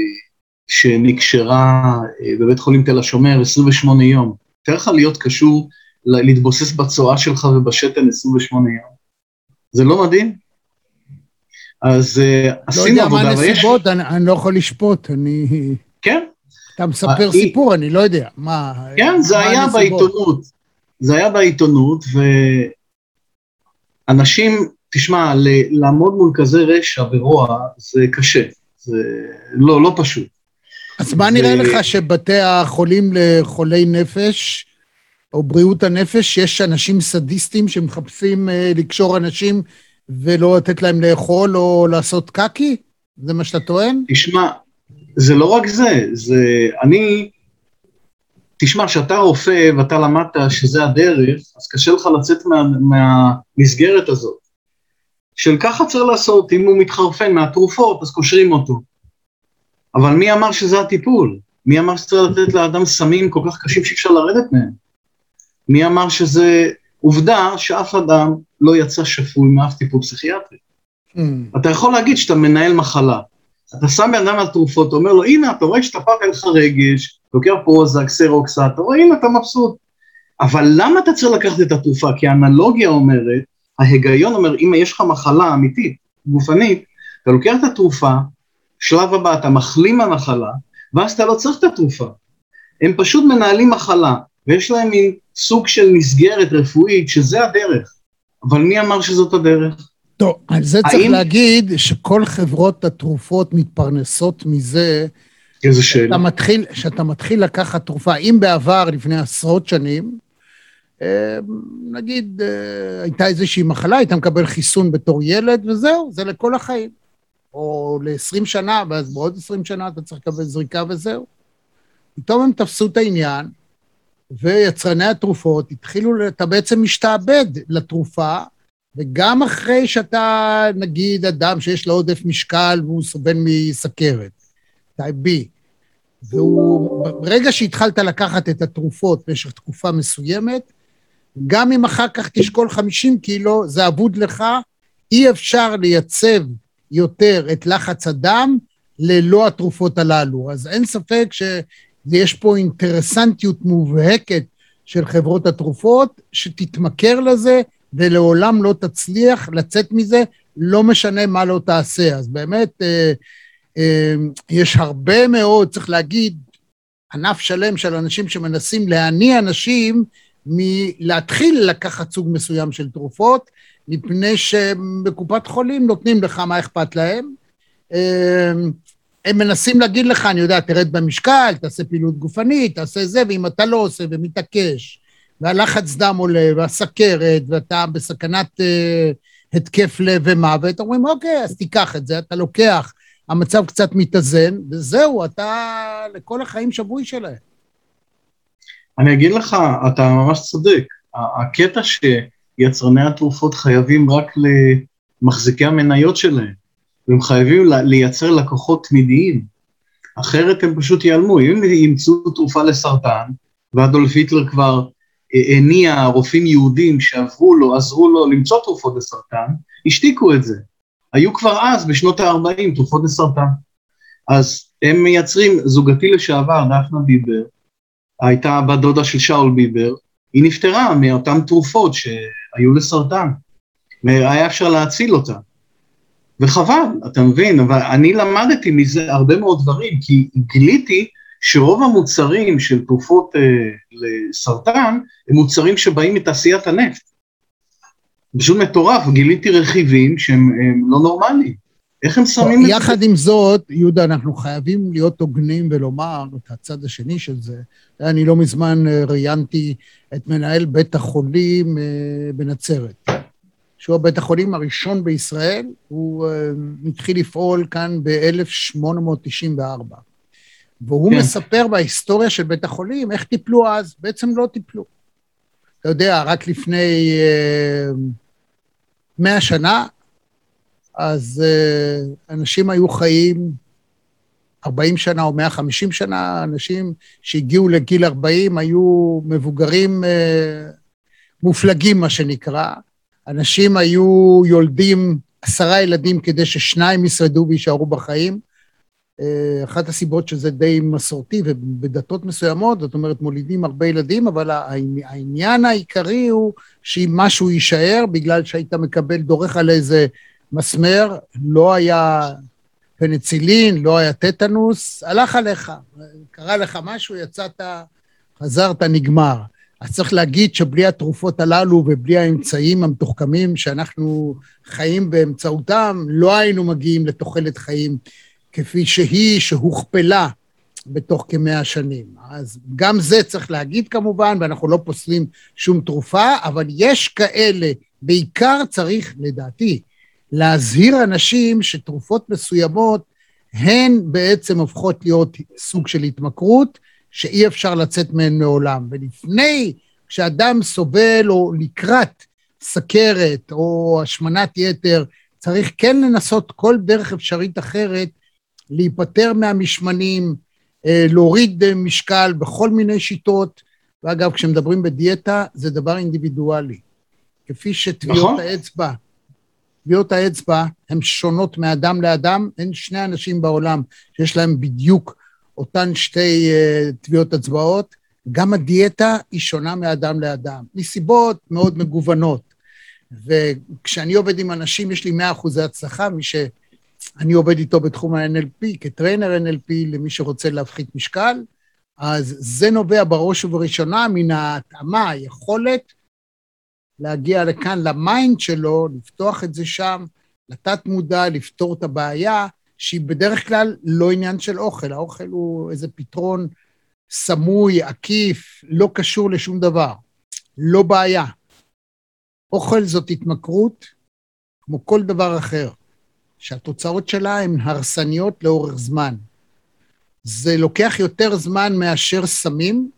שנקשרה בבית חולים תל השומר 28 יום. תראה לך להיות קשור להתבוסס בצואה שלך ובשתן 28 יום. זה לא מדהים? אז עשינו עבודה. לא יודע מה נסיבות, אני לא יכול לשפוט, כן. אתה מספר סיפור, אני לא יודע. כן, זה היה בעיתונות. זה היה בעיתונות, ואנשים, תשמע, לעמוד מול כזה רשע ורוע, זה קשה. זה לא פשוט. אז מה נראה לך שבתי החולים לחולי נפש, או בריאות הנפש, יש אנשים סדיסטים שמחפשים לקשור אנשים ולא לתת להם לאכול או לעשות קקי? זה מה שאתה טוען? תשמע, זה לא רק זה, תשמע, שאתה רופא ואתה למדת שזה הדרך, אז קשה לך לצאת מהמסגרת הזאת. של ככה צריך לעשות, אם הוא מתחרפן מהתרופות, אז קושרים אותו. אבל מי אמר שזה הטיפול? מי אמר שצריך לתת לאדם סמים כל כך קשים שאפשר לרדת מהם? מי אמר שזה עובדה שאף אדם לא יצא שפוי מאף טיפול פסיכיאטרי? אתה יכול להגיד שאתה מנהל מחלה, אתה שם באדם על תרופות, אתה אומר לו, הנה, אתה רואה שטפק אין לך רגש, לוקח פרוזק, סרוקסה, אתה רואה, הנה, אתה מבסוט. אבל למה אתה צריך לקחת את התרופה? כי האנלוגיה אומרת, ההיגיון אומר, אם יש לך מחלה אמיתית, גופנית, אתה לוקח את התרופה, שלב הבא, אתה מחלים מהמחלה, ואז אתה לא צריך את התרופה. הם פשוט מנהלים מחלה, ויש להם מין סוג של מסגרת רפואית, שזה הדרך. אבל מי אמר שזאת הדרך? טוב, על זה צריך להגיד שכל חברות התרופות מתפרנסות מזה, איזה שאלה. שאתה מתחיל לקחת תרופה, אם בעבר, לפני עשרות שנים, נגיד, הייתה איזושהי מחלה, היית מקבל חיסון בתור ילד, וזהו, זה לכל החיים. או ל-20 שנה, ואז בעוד 20 שנה אתה צריך לקבל זריקה וזהו. פתאום הם תפסו את העניין, ויצרני התרופות התחילו, אתה בעצם משתעבד לתרופה, וגם אחרי שאתה, נגיד, אדם שיש לו עודף משקל, והוא סובל מסכרת, טייפ בי, ברגע שהתחלת לקחת את התרופות במשך תקופה מסוימת, גם אם אחר כך תשקול 50 קילו, זה אבוד לך, אי אפשר לייצב יותר את לחץ הדם ללא התרופות הללו. אז אין ספק שיש פה אינטרסנטיות מובהקת של חברות התרופות, שתתמכר לזה ולעולם לא תצליח לצאת מזה, לא משנה מה לא תעשה. אז באמת יש הרבה מאוד, צריך להגיד, ענף שלם של אנשים שמנסים להניע אנשים מלהתחיל לקחת סוג מסוים של תרופות, מפני שבקופת חולים נותנים לך מה אכפת להם. הם מנסים להגיד לך, אני יודע, תרד במשקל, תעשה פעילות גופנית, תעשה זה, ואם אתה לא עושה ומתעקש, והלחץ דם עולה, והסכרת, ואתה בסכנת התקף לב ומוות, אומרים, אוקיי, אז תיקח את זה, אתה לוקח, המצב קצת מתאזן, וזהו, אתה לכל החיים שבוי שלהם. אני אגיד לך, אתה ממש צודק, הקטע שיצרני התרופות חייבים רק למחזיקי המניות שלהם, והם חייבים לייצר לקוחות תמידיים, אחרת הם פשוט ייעלמו. אם ימצאו תרופה לסרטן, ואדולף היטלר כבר הניע רופאים יהודים שעזרו לו למצוא תרופות לסרטן, השתיקו את זה. היו כבר אז, בשנות ה-40, תרופות לסרטן. אז הם מייצרים, זוגתי לשעבר, דפנה ביבר, הייתה בת דודה של שאול ביבר, היא נפטרה מאותן תרופות שהיו לסרטן, והיה אפשר להציל אותה. וחבל, אתה מבין, אבל אני למדתי מזה הרבה מאוד דברים, כי גיליתי שרוב המוצרים של תרופות לסרטן, הם מוצרים שבאים מתעשיית הנפט. פשוט מטורף, גיליתי רכיבים שהם לא נורמליים. איך הם שמים את זה? יחד עם זאת, יהודה, אנחנו חייבים להיות הוגנים ולומר את הצד השני של זה. אני לא מזמן ראיינתי את מנהל בית החולים בנצרת, שהוא בית החולים הראשון בישראל, הוא התחיל לפעול כאן ב-1894. והוא מספר בהיסטוריה של בית החולים איך טיפלו אז, בעצם לא טיפלו. אתה יודע, רק לפני 100 שנה, אז אנשים היו חיים 40 שנה או 150 שנה, אנשים שהגיעו לגיל 40 היו מבוגרים מופלגים, מה שנקרא. אנשים היו יולדים 10 ילדים כדי ששניים ישרדו וישארו בחיים. אחת הסיבות שזה די מסורתי ובדתות מסוימות, זאת אומרת מולידים הרבה ילדים, אבל העניין העיקרי הוא שאם משהו יישאר, בגלל שהיית מקבל דורך על איזה מסמר, לא היה פניצילין, לא היה טטנוס, הלך עליך, קרה לך משהו, יצאת, חזרת, נגמר. אז צריך להגיד שבלי התרופות הללו ובלי האמצעים המתוחכמים שאנחנו חיים באמצעותם, לא היינו מגיעים לתוחלת חיים כפי שהוכפלה בתוך כ100 שנים. אז גם זה צריך להגיד כמובן, ואנחנו לא פוסלים שום תרופה, אבל יש כאלה, בעיקר צריך לדעתי, להזהיר אנשים שתרופות מסוימות, הן בעצם הופכות להיות סוג של התמכרות, שאי אפשר לצאת מהן מעולם. ולפני כשאדם סובל או לקראת סכרת או השמנת יתר, צריך כן לנסות כל דרך אפשרית אחרת, להיפטר מהמשמנים, להוריד משקל בכל מיני שיטות, ואגב, כשמדברים בדיאטה, זה דבר אינדיבידואלי. כפי שטביעות האצבע, טביעות האצבע הן שונות מאדם לאדם, אין שני אנשים בעולם שיש להם בדיוק אותן שתי טביעות אצבעות, גם הדיאטה היא שונה מאדם לאדם, מסיבות מאוד מגוונות, וכשאני עובד עם אנשים, יש לי 100% הצלחה, מי שאני עובד איתו בתחום ה-NLP, כטריינר NLP, למי שרוצה להפחית משקל, אז זה נובע בראש ובראשונה מן ההתאמה, היכולת להגיע לכאן למיינד שלו, לפתוח את זה שם, לתת מודע, לפתור את הבעיה, שהיא בדרך כלל לא עניין של אוכל, האוכל הוא איזה פתרון סמוי, עקיף, לא קשור לשום דבר, לא בעיה. אוכל זאת התמכרות, כמו כל דבר אחר, שהתוצאות שלה הן הרסניות לאורך זמן. זה לוקח יותר זמן מאשר סמים,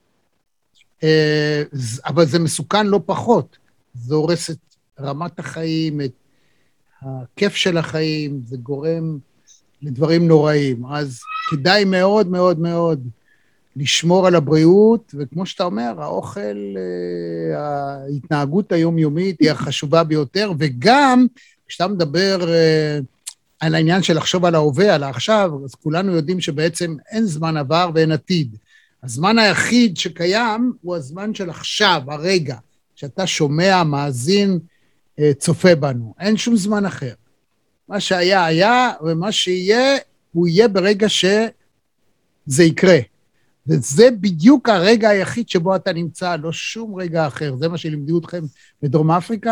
אבל זה מסוכן לא פחות. זה הורס את רמת החיים, את הכיף של החיים, זה גורם לדברים נוראים. אז כדאי מאוד מאוד מאוד לשמור על הבריאות, וכמו שאתה אומר, האוכל, ההתנהגות היומיומית היא החשובה ביותר, וגם כשאתה מדבר על העניין של לחשוב על ההווה, על העכשיו, אז כולנו יודעים שבעצם אין זמן עבר ואין עתיד. הזמן היחיד שקיים הוא הזמן של עכשיו, הרגע, שאתה שומע, מאזין, צופה בנו. אין שום זמן אחר. מה שהיה היה, ומה שיהיה, הוא יהיה ברגע שזה יקרה. וזה בדיוק הרגע היחיד שבו אתה נמצא, לא שום רגע אחר. זה מה שלימדו אתכם בדרום אפריקה?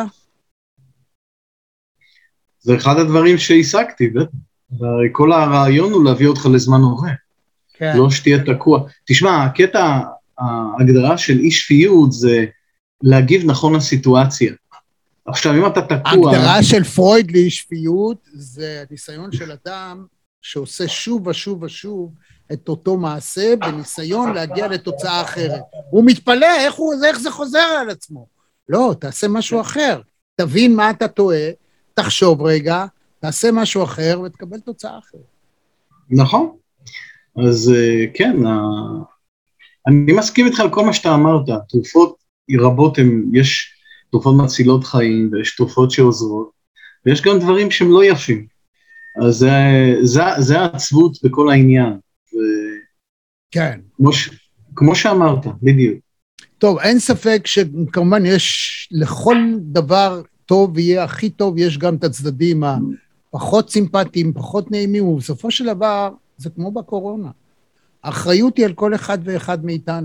זה אחד הדברים שהשגתי, וכל הרעיון הוא להביא אותך לזמן הווה. כן. לא שתהיה תקוע. תשמע, הקטע, ההגדרה של אי שפיות זה להגיב נכון לסיטואציה. עכשיו, אם אתה תקוע... ההגדרה של פרויד לאי שפיות זה הניסיון של אדם שעושה שוב ושוב ושוב את אותו מעשה בניסיון להגיע לתוצאה אחרת. הוא מתפלא איך זה חוזר על עצמו. לא, תעשה משהו אחר. תבין מה אתה טועה, תחשוב רגע, תעשה משהו אחר ותקבל תוצאה אחרת. נכון. אז כן, אני מסכים איתך על כל מה שאתה אמרת, תרופות רבות, יש תרופות מצילות חיים, ויש תרופות שעוזרות, ויש גם דברים שהם לא יפים, אז זה העצבות בכל העניין, כן. כמו שאמרת, בדיוק. טוב, אין ספק שכמובן יש לכל דבר טוב, ויהיה הכי טוב, יש גם את הצדדים הפחות סימפטיים, פחות נעימים, ובסופו של דבר, זה כמו בקורונה. האחריות היא על כל אחד ואחד מאיתנו.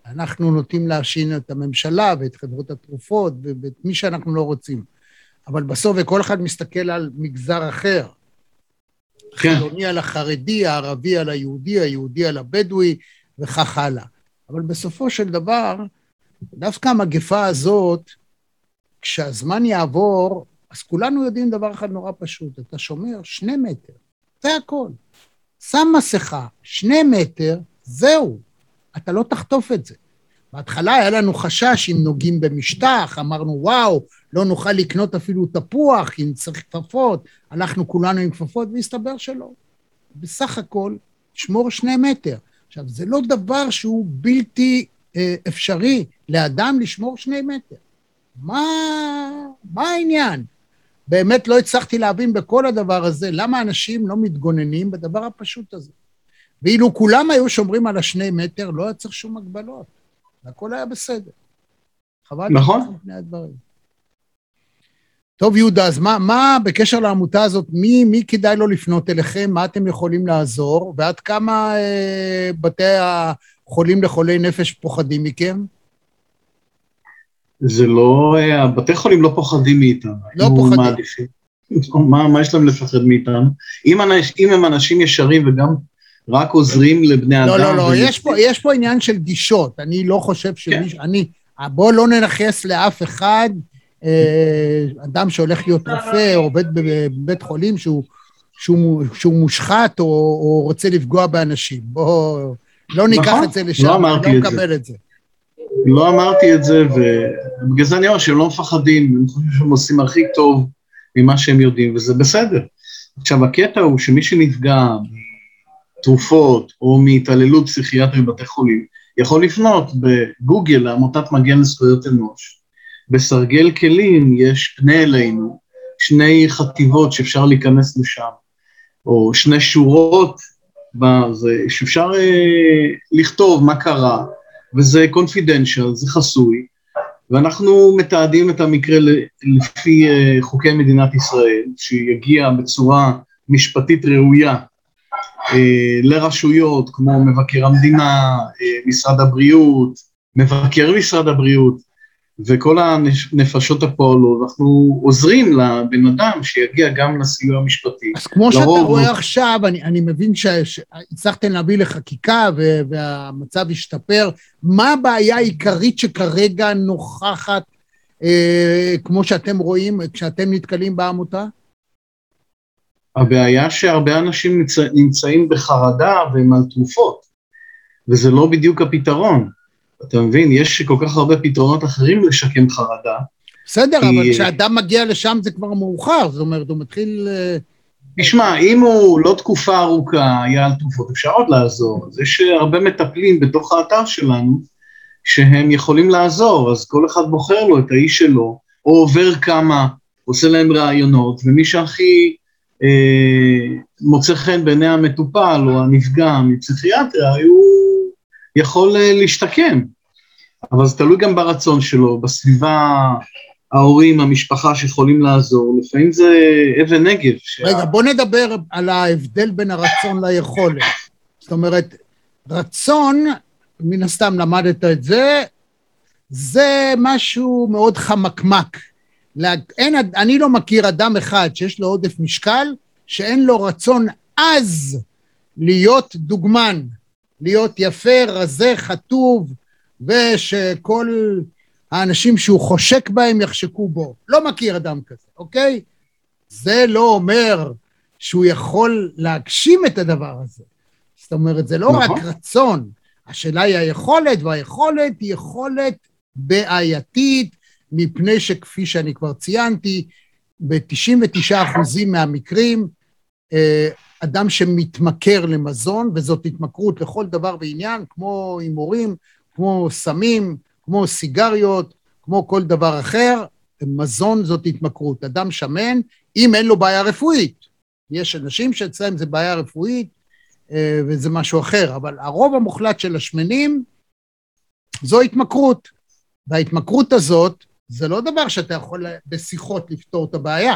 אנחנו נוטים להאשים את הממשלה ואת חברות התרופות ואת מי שאנחנו לא רוצים. אבל בסוף כל אחד מסתכל על מגזר אחר. כן. החילוני על החרדי, הערבי על היהודי, היהודי על הבדואי וכך הלאה. אבל בסופו של דבר, דווקא המגפה הזאת, כשהזמן יעבור, אז כולנו יודעים דבר אחד נורא פשוט, אתה שומר 2 מטר, זה הכל. שם מסכה, 2 מטר, זהו, אתה לא תחטוף את זה. בהתחלה היה לנו חשש אם נוגעים במשטח, אמרנו וואו, לא נוכל לקנות אפילו תפוח, אם צריך כפפות, אנחנו כולנו עם כפפות, והסתבר שלא. בסך הכל, שמור 2 מטר. עכשיו, זה לא דבר שהוא בלתי אפשרי לאדם לשמור 2 מטר. מה העניין? באמת לא הצלחתי להבין בכל הדבר הזה, למה אנשים לא מתגוננים בדבר הפשוט הזה. ואילו כולם היו שומרים על 2 מטר, לא היה צריך שום הגבלות. הכל היה בסדר. נכון. טוב, יהודה, אז מה בקשר לעמותה הזאת, מי כדאי לו לפנות אליכם, מה אתם יכולים לעזור, ועד כמה בתי החולים לחולי נפש פוחדים מכם? זה לא, בתי חולים לא פוחדים מאיתנו. לא פוחדים. מה יש להם לפחד מאיתנו? אם הם אנשים ישרים וגם רק עוזרים לבני אדם. לא, יש פה עניין של גישות, אני לא חושב שמישהו, בוא לא ננחס לאף אחד, אדם שהולך להיות רופא, או עובד בבית חולים שהוא מושחת, או רוצה לפגוע באנשים. בוא, לא ניקח את זה לשם, אני לא מקבל את זה. לא אמרתי את זה, ובגלל זה אני אומר שהם לא מפחדים, הם חושבים שהם עושים הכי טוב ממה שהם יודעים, וזה בסדר. עכשיו, הקטע הוא שמי שנפגע מתרופות, או מהתעללות פסיכיאטרית בבתי חולים, יכול לפנות בגוגל לעמותת מגן לזכויות אנוש. בסרגל כלים יש פנה אלינו, 2 חטיבות שאפשר להיכנס לשם, או 2 שורות שאפשר לכתוב מה קרה, וזה confidential, זה חסוי, ואנחנו מתעדים את המקרה לפי חוקי מדינת ישראל, שיגיע בצורה משפטית ראויה לרשויות כמו מבקר המדינה, משרד הבריאות, מבקר משרד הבריאות, וכל הנפשות הפועלות, אנחנו עוזרים לבן אדם שיגיע גם לסיוע המשפטי. אז כמו שאתה רואה עכשיו, אני מבין שהצלחתם להביא לחקיקה והמצב השתפר, מה הבעיה העיקרית שכרגע נוכחת, כמו שאתם רואים, כשאתם נתקלים בעמותה? הבעיה שהרבה אנשים נמצאים בחרדה והם על תרופות, וזה לא בדיוק הפתרון. אתה מבין, יש כל כך הרבה פתרונות אחרים לשקם חרדה. בסדר, אבל כשאדם מגיע לשם זה כבר מאוחר, זאת אומרת, הוא מתחיל... תשמע, אם הוא לא תקופה ארוכה היה על תרופות, אפשר עוד לעזור. אז יש הרבה מטפלים בתוך האתר שלנו, שהם יכולים לעזור, אז כל אחד בוחר לו את האיש שלו, או עובר כמה, עושה להם רעיונות, ומי שהכי מוצא חן בעיני המטופל, או הנפגע מפסיכיאטריה, הוא יכול להשתקם. אבל זה תלוי גם ברצון שלו, בסביבה, ההורים, המשפחה שיכולים לעזור, לפעמים זה אבן נגף. רגע, בוא נדבר על ההבדל בין הרצון ליכולת. זאת אומרת, רצון, מן הסתם למדת את זה, זה משהו מאוד חמקמק. אני לא מכיר אדם אחד שיש לו עודף משקל, שאין לו רצון אז להיות דוגמן, להיות יפה, רזה, חטוב, ושכל האנשים שהוא חושק בהם יחשקו בו. לא מכיר אדם כזה, אוקיי? זה לא אומר שהוא יכול להגשים את הדבר הזה. זאת אומרת, זה לא רק רצון, השאלה היא היכולת, והיכולת היא יכולת בעייתית, מפני שכפי שאני כבר ציינתי, ב-99% מהמקרים, אדם שמתמכר למזון, וזאת התמכרות לכל דבר ועניין, כמו הימורים, כמו סמים, כמו סיגריות, כמו כל דבר אחר, מזון זאת התמכרות. אדם שמן, אם אין לו בעיה רפואית, יש אנשים שאצלם זה בעיה רפואית, וזה משהו אחר, אבל הרוב המוחלט של השמנים, זו התמכרות. וההתמכרות הזאת, זה לא דבר שאתה יכול בשיחות לפתור את הבעיה.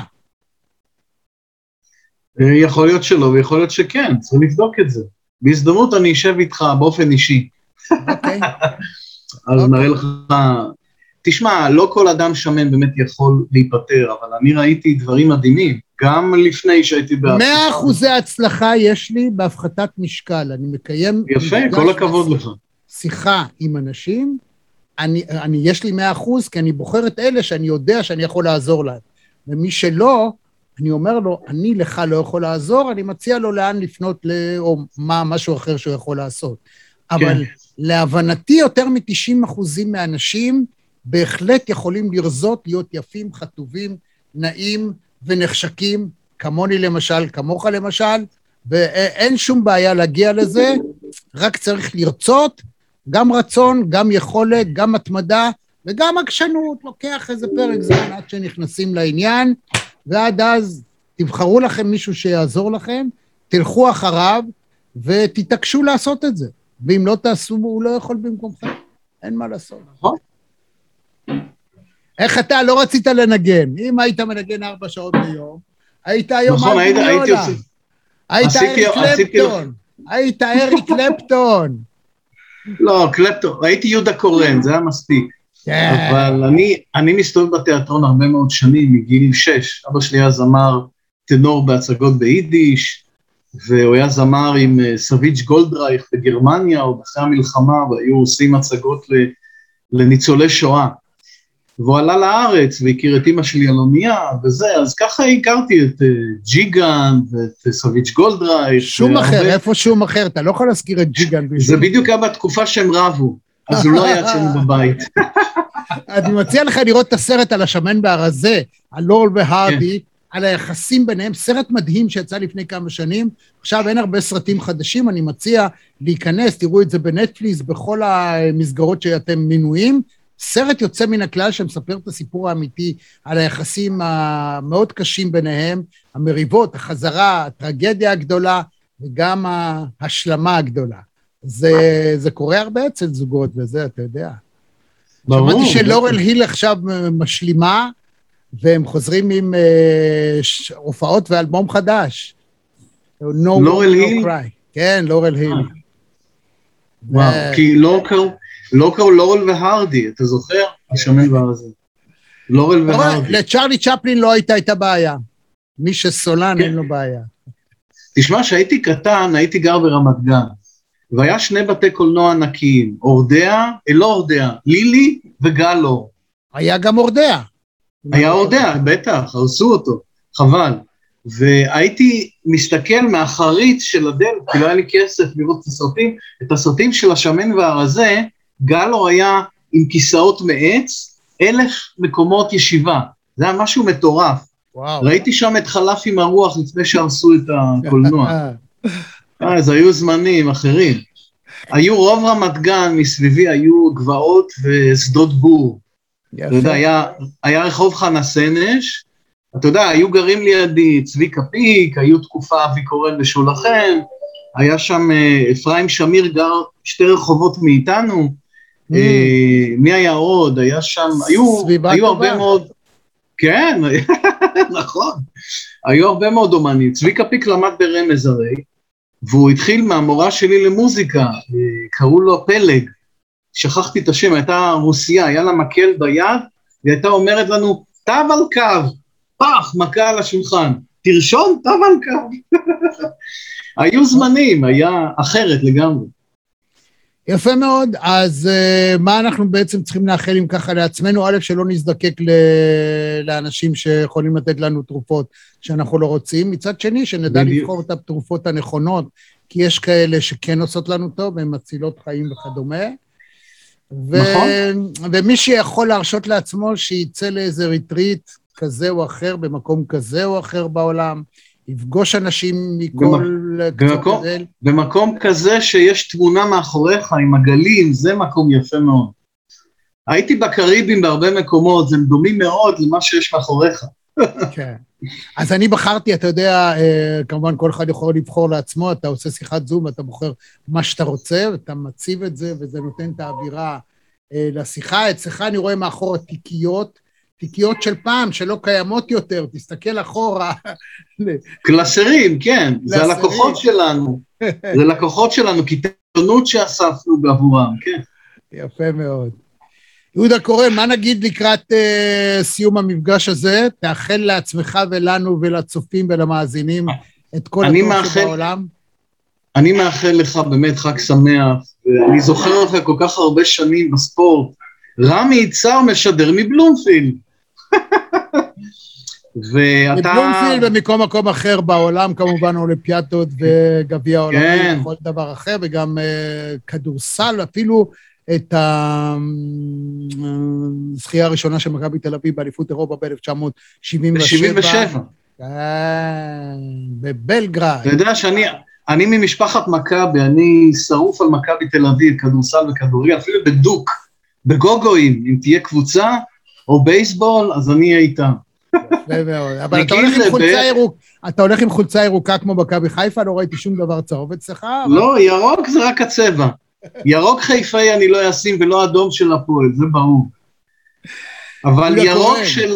יכול להיות שלא, ויכול להיות שכן, צריך לבדוק את זה. בהזדמנות אני אשב איתך באופן אישי. אוקיי. אז נראה לך, תשמע, לא כל אדם שמן באמת יכול להיפטר, אבל אני ראיתי דברים מדהימים, גם לפני שהייתי 100% הצלחה יש לי בהפחתת משקל, אני מקיים... יפה, כל הכבוד לך. שיחה עם אנשים, יש לי 100%, כי אני בוחר את אלה שאני יודע שאני יכול לעזור להם. ומי שלא, אני אומר לו, אני לך לא יכול לעזור, אני מציע לו לאן לפנות, או משהו אחר שהוא יכול לעשות. אבל להבנתי יותר מ-90% מהאנשים, בהחלט יכולים לרזות, להיות יפים, חטובים, נעים ונחשקים, כמוני למשל, כמוך למשל, ואין שום בעיה להגיע לזה, רק צריך לרצות, גם רצון, גם יכולת, גם התמדה, וגם עקשנות, לוקח איזה פרק זמן עד שנכנסים לעניין, ועד אז תבחרו לכם מישהו שיעזור לכם, תלכו אחריו, ותתעקשו לעשות את זה. ואם לא תעשו, הוא לא יכול במקומכם. אין מה לעשות. נכון. איך אתה לא רצית לנגן? אם היית מנגן 4 שעות ביום, היית היום... נכון, הייתי עושה... היית אריק קלפטון. היית אריק קלפטון. לא, קלפטון, הייתי יהודה קורן, זה היה מספיק. אבל אני מסתובב בתיאטרון הרבה מאוד שנים, מגיל 6. אבא שלי היה זמר טנור בהצגות ביידיש, והוא היה זמר עם סביץ' גולדרייך בגרמניה, או אחרי המלחמה, והיו עושים הצגות לניצולי שואה. והוא עלה לארץ, והכיר את אמא שלי על אונייה, וזה, אז ככה הכרתי את ג'יגן, ואת סביץ' גולדרייך. שום אחר, איפה שום אחר, אתה לא יכול להזכיר את ג'יגן. זה בדיוק היה בתקופה שהם רבו, אז הוא לא היה אצלנו בבית. אני מציע לך לראות את הסרט על השמן והרזה, על לורל והרדי, על היחסים ביניהם, סרט מדהים שיצא לפני כמה שנים, עכשיו אין הרבה סרטים חדשים, אני מציע להיכנס, תראו את זה בנטפליקס, בכל המסגרות שאתם מנויים, סרט יוצא מן הכלל שמספר את הסיפור האמיתי על היחסים המאוד קשים ביניהם, המריבות, החזרה, הטרגדיה הגדולה, וגם ההשלמה הגדולה. זה קורה הרבה אצל זוגות, וזה, אתה יודע. שמעתי שלורל היל עכשיו משלימה, והם חוזרים עם הופעות ואלבום חדש. לורל היל? כן, לורל היל. וואו, כי לא קראו לורל והרדי, אתה זוכר? השמן והרזה. לורל והרדי. לצ'רלי צ'פלין לא הייתה בעיה. מי שסולן אין לו בעיה. תשמע, שהייתי קטן, הייתי גר ברמת גן, והיה 2 בתי קולנוע ענקיים, לא אורדע, לילי וגלו. היה גם אורדע. היה אורדע, בטח, הרסו אותו, חבל. והייתי מסתכל מהחריץ של הדלת, כי לא היה לי כסף לראות את הסרטים של השמן והרזה, גלו היה עם כיסאות מעץ, 1,000 מקומות ישיבה, זה היה משהו מטורף. וואו. ראיתי שם את חלף עם הרוח לפני שהרסו את הקולנוע. אז היו זמנים אחרים. היו רוב רמת גן מסביבי, היו גבעות ושדות בור. אתה יודע, היה רחוב חנה סנש, אתה יודע, היו גרים לידי צביקה פיק, היו תקופה אבי קורן ושולחן, היה שם אפרים שמיר גר 2 רחובות מאיתנו, מי היה עוד? היה שם, היו הרבה מאוד, כן, נכון, היו הרבה מאוד אומנים, צביקה פיק למד ברמז הרי, והוא התחיל מהמורה שלי למוזיקה, קראו לו פלג, שכחתי את השם, הייתה רוסיה, היה לה מקל ביד, והיא הייתה אומרת לנו, תו על קו, פח, מכה על השולחן, תרשום, תו על קו. היו זמנים, היה אחרת לגמרי. יפה מאוד, אז מה אנחנו בעצם צריכים לאחל אם ככה לעצמנו? א', שלא נזדקק לאנשים שיכולים לתת לנו תרופות שאנחנו לא רוצים, מצד שני, שנדע לבחור את התרופות הנכונות, כי יש כאלה שכן עושות לנו טוב, הן מצילות חיים וכדומה, ומי שיכול להרשות לעצמו שיצא לאיזה ריטריט כזה או אחר, במקום כזה או אחר בעולם, יפגוש אנשים מכל... במקום כזה שיש תמונה מאחוריך עם הגלים, זה מקום יפה מאוד. הייתי בקריבים בהרבה מקומות, זה דומים מאוד למה שיש מאחוריך. כן. אז אני בחרתי, אתה יודע, כמובן כל אחד יכול לבחור לעצמו, אתה עושה שיחת זום, אתה בוחר מה שאתה רוצה, ואתה מציב את זה, וזה נותן את האווירה לשיחה. אצלך אני רואה מאחור תיקיות של פעם, שלא קיימות יותר, תסתכל אחורה. קלסרים, כן, זה הלקוחות שלנו, זה לקוחות שלנו, כיתונות שאספנו בעבורם, כן. יפה מאוד. יהודה קורן, מה נגיד לקראת סיום המפגש הזה? תאחל לעצמך ולנו ולצופים ולמאזינים את כל הטוב שבעולם. אני מאחל לך באמת חג שמח, ואני זוכר לך כל כך הרבה שנים בספורט. רמי יצהר משדר מבלומפילד. מבלומפילד ומכל מקום אחר בעולם, כמובן אולימפיאדות וגביע העולמי, כן. וכל דבר אחר, וגם כדורסל, אפילו את הזכייה הראשונה של מכבי תל אביב באליפות אירופה ב-1977. בבלגרד. אתה יודע שאני ממשפחת מכבי, אני שרוף על מכבי תל אביב, כדורסל וכדורגל, אפילו בדוק, בגוגואים, אם תהיה קבוצה או בייסבול, אז אני אהיה איתם. אבל אתה הולך עם חולצה ירוקה כמו מכבי חיפה, לא ראיתי שום דבר צהוב אצלך. לא, ירוק זה רק הצבע. ירוק חיפאי אני לא אשים ולא אדום של הפועל, זה ברור. אבל ירוק של...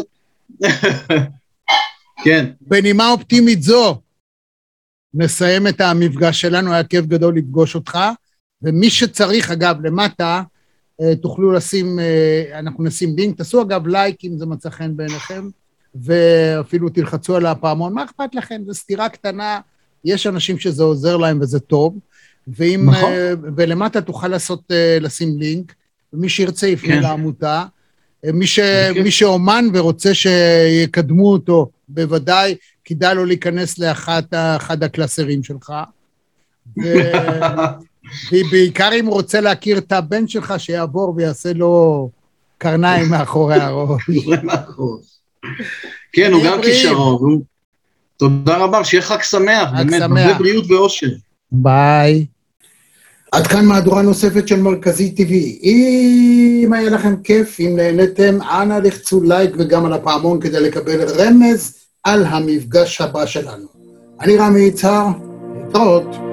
כן. בנימה אופטימית זו, נסיים את המפגש שלנו, היה כיף גדול לפגוש אותך, ומי שצריך, אגב, למטה, תוכלו לשים, אנחנו נשים לינק, תעשו אגב לייק אם זה מצא חן בעיניכם, ואפילו תלחצו על הפעמון, מה אכפת לכם? זו סתירה קטנה, יש אנשים שזה עוזר להם וזה טוב, נכון. ולמטה תוכל לשים לינק, ומי שירצה יפנה כן. לעמותה, מי שאומן ורוצה שיקדמו אותו, בוודאי כדאי לו להיכנס לאחד הקלאסרים שלך, ובעיקר אם הוא רוצה להכיר את הבן שלך, שיעבור ויעשה לו קרניים מאחורי הראש. כן, הוא גם כישרון. תודה רבה, שיהיה חג שמח, באמת, הרבה בריאות ואושר. ביי. עד כאן מהדורה נוספת של מרכזי TV. אם היה לכם כיף, אם נהנתם, אנא לחצו לייק וגם על הפעמון כדי לקבל רמז על המפגש הבא שלנו. אני רמי יצהר, להתראות.